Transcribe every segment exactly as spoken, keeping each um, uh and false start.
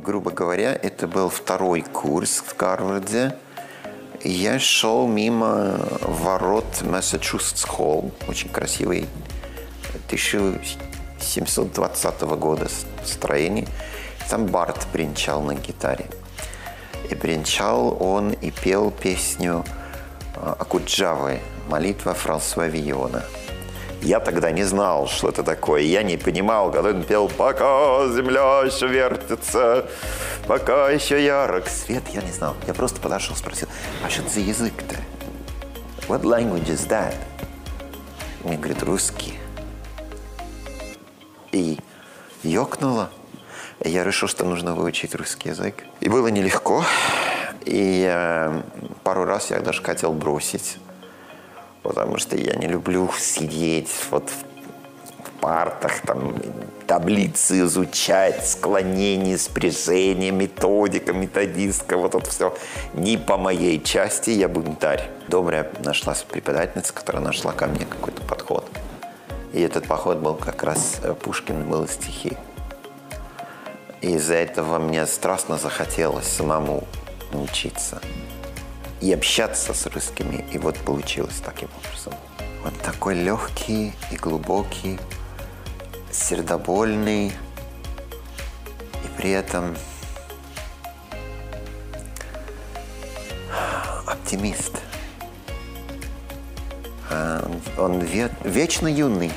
грубо говоря, это был второй курс в Гарварде. Я шел мимо ворот Массачусетс-Холл, очень красивый, тысяча семьсот двадцатого года строение. Там Барт бренчал на гитаре. И бренчал он и пел песню Окуджавы, молитва Франсуа Вийона. Я тогда не знал, что это такое. Я не понимал, когда он пел «Пока земля еще вертится, пока еще ярок свет». Я не знал. Я просто подошел, спросил: а что это за язык-то? What language is that? Мне говорит: русский. И ёкнуло. И я решил, что нужно выучить русский язык. И было нелегко. И э, пару раз я даже хотел бросить. Потому что я не люблю сидеть вот в партах, там, таблицы изучать, склонение, спряжение, методика, методистка. Вот это все не по моей части, я бунтарь. Добрая нашлась преподавательница, которая нашла ко мне какой-то подход. И этот подход был как раз Пушкин, было стихи. И из-за этого мне страстно захотелось самому научиться и общаться с русскими. И вот получилось таким образом. Он такой легкий и глубокий, сердобольный, и при этом оптимист. Он вечно юный.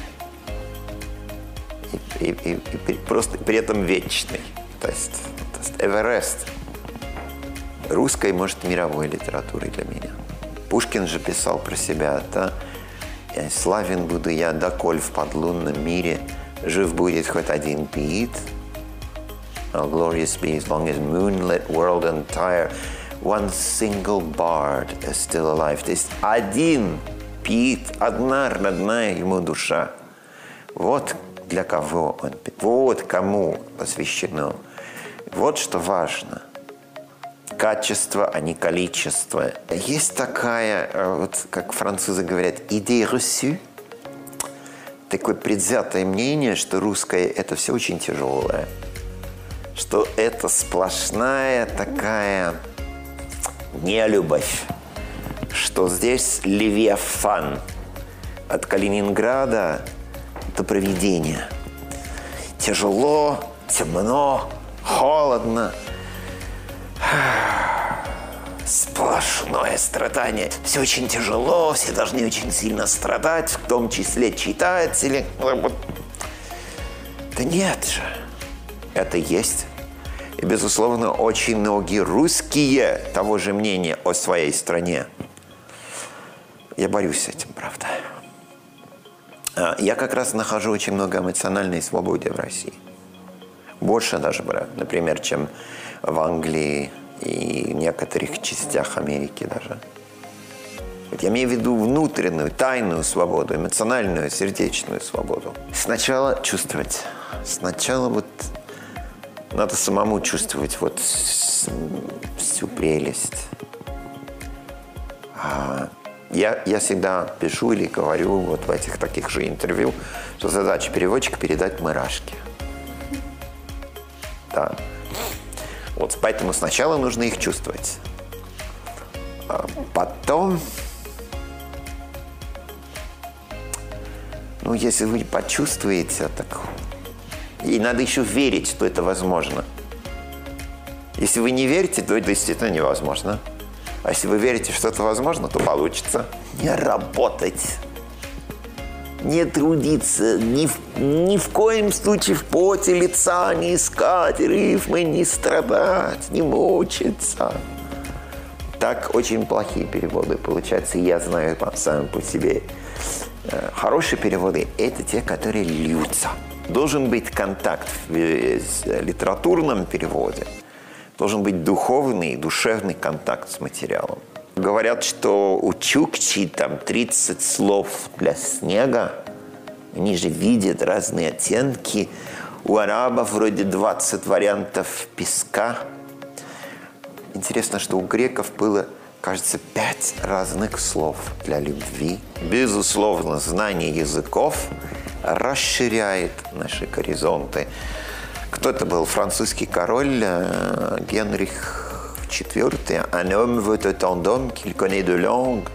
И, и, и, и просто при этом вечный. То есть, то есть Эверест русской, может, мировой литературы для меня. Пушкин же писал про себя: да, «Славен буду я, доколь в подлунном мире жив будет хоть один поэт. I'll glorious be as long as moonlit world entire, one single bard is still alive». То есть один поэт, одна родная ему душа. Вот для кого он, вот кому посвящено. Вот что важно. Качество, а не количество. Есть такая, вот как французы говорят, идея reçue. Такое предвзятое мнение, что русское – это все очень тяжелое. Что это сплошная такая нелюбовь. Что здесь Левиафан. От Калининграда до Провидения. Тяжело, темно, холодно. Сплошное страдание. Все очень тяжело, все должны очень сильно страдать, в том числе читатели. Да нет же. Это есть. И, безусловно, очень многие русские того же мнения о своей стране. Я борюсь с этим, правда. Я как раз нахожу очень много эмоциональной свободы в России. Больше даже, например, чем в Англии и некоторых частях Америки даже. Вот я имею в виду внутреннюю, тайную свободу, эмоциональную, сердечную свободу. Сначала чувствовать. Сначала вот надо самому чувствовать вот всю прелесть. А я, я всегда пишу или говорю вот в этих таких же интервью, что задача переводчика — передать мурашки. Да. Вот поэтому сначала нужно их чувствовать. А потом, ну, если вы почувствуете, так и надо еще верить, что это возможно. Если вы не верите, то это действительно невозможно. А если вы верите, что это возможно, то получится. Не работать, не трудиться, ни в, ни в коем случае в поте лица не искать рифмы, не страдать, не мучиться. Так очень плохие переводы получаются. Я знаю сам по себе. Хорошие переводы – это те, которые льются. Должен быть контакт в литературном переводе. Должен быть духовный, душевный контакт с материалом. Говорят, что у чукчи там тридцать слов для снега. Они же видят разные оттенки. У арабов вроде двадцать вариантов песка. Интересно, что у греков было, кажется, пять разных слов для любви. Безусловно, знание языков расширяет наши горизонты. Кто это был? Французский король Генрих четвёртый. Un homme veut autant d'hommes qu'il connaît de langues.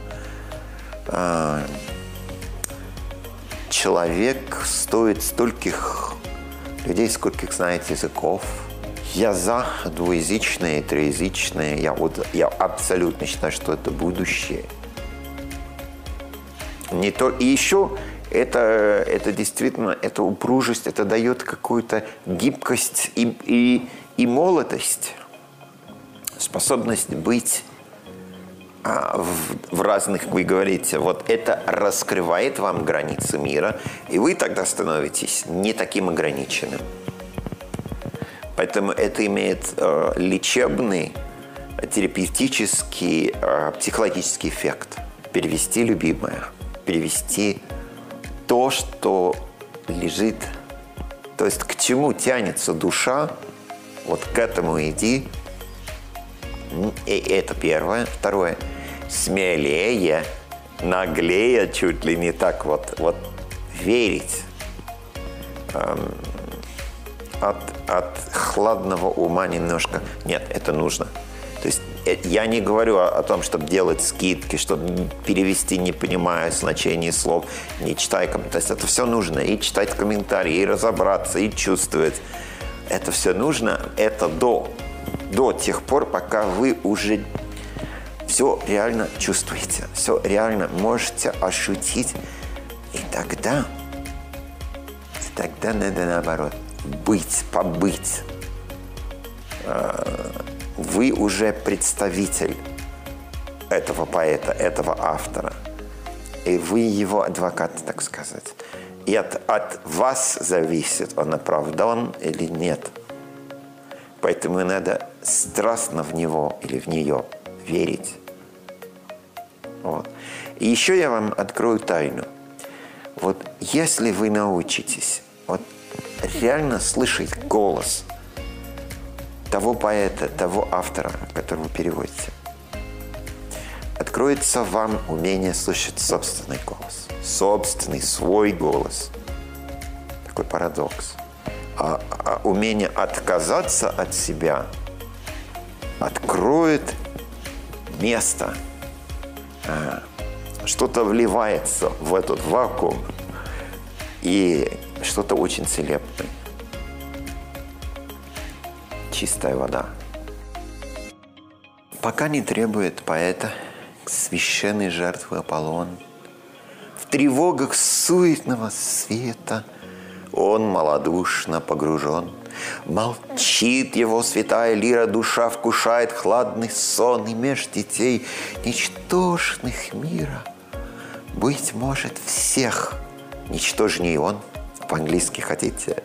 Человек стоит стольких людей, скольких знает языков. Я за двуязычные, триязычные. Я, вот, я абсолютно считаю, что это будущее. Не то, и еще это, это действительно, это упружесть, это дает какую-то гибкость и, и, и молодость. Способность быть а, в, в разных, вы говорите, вот это раскрывает вам границы мира, и вы тогда становитесь не таким ограниченным. Поэтому это имеет э, лечебный, терапевтический, э, психологический эффект. Перевести любимое, перевести то, что лежит, то есть к чему тянется душа, вот к этому иди. И это первое. Второе. Смелее, наглее, чуть ли не так вот, вот верить. Эм, от, от хладного ума немножко. Нет, это нужно. То есть я не говорю о, о том, чтобы делать скидки, чтобы перевести, не понимая значение слов, не читая комментарии. То есть это все нужно. И читать комментарии, и разобраться, и чувствовать. Это все нужно. Это до, до тех пор, пока вы уже все реально чувствуете, все реально можете ощутить. И тогда, и тогда надо наоборот. Быть, побыть. Вы уже представитель этого поэта, этого автора. И вы его адвокат, так сказать. И от, от вас зависит, он оправдан или нет. Поэтому надо страстно в него или в нее верить. Вот. И еще я вам открою тайну. Вот если вы научитесь вот реально слышать голос того поэта, того автора, которого вы переводите, откроется вам умение слышать собственный голос, собственный, свой голос. Такой парадокс. А, а умение отказаться от себя откроет место. А, что-то вливается в этот вакуум, и что-то очень целебное. Чистая вода. Пока не требует поэта священной жертвы Аполлон, в тревогах суетного света он малодушно погружен. Молчит его святая лира, душа вкушает хладный сон, и меж детей ничтожных мира, быть может, всех ничтожнее он. По-английски хотите?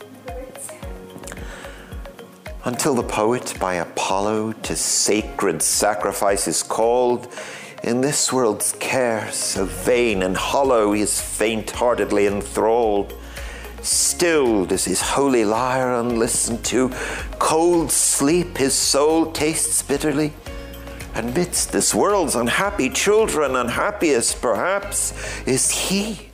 Until the poet by Apollo to sacred sacrifice is called, in this world's care so vain and hollow he is faint-heartedly enthralled. Still does his holy lyre unlistened to, cold sleep his soul tastes bitterly. And midst this world's unhappy children, unhappiest perhaps is he.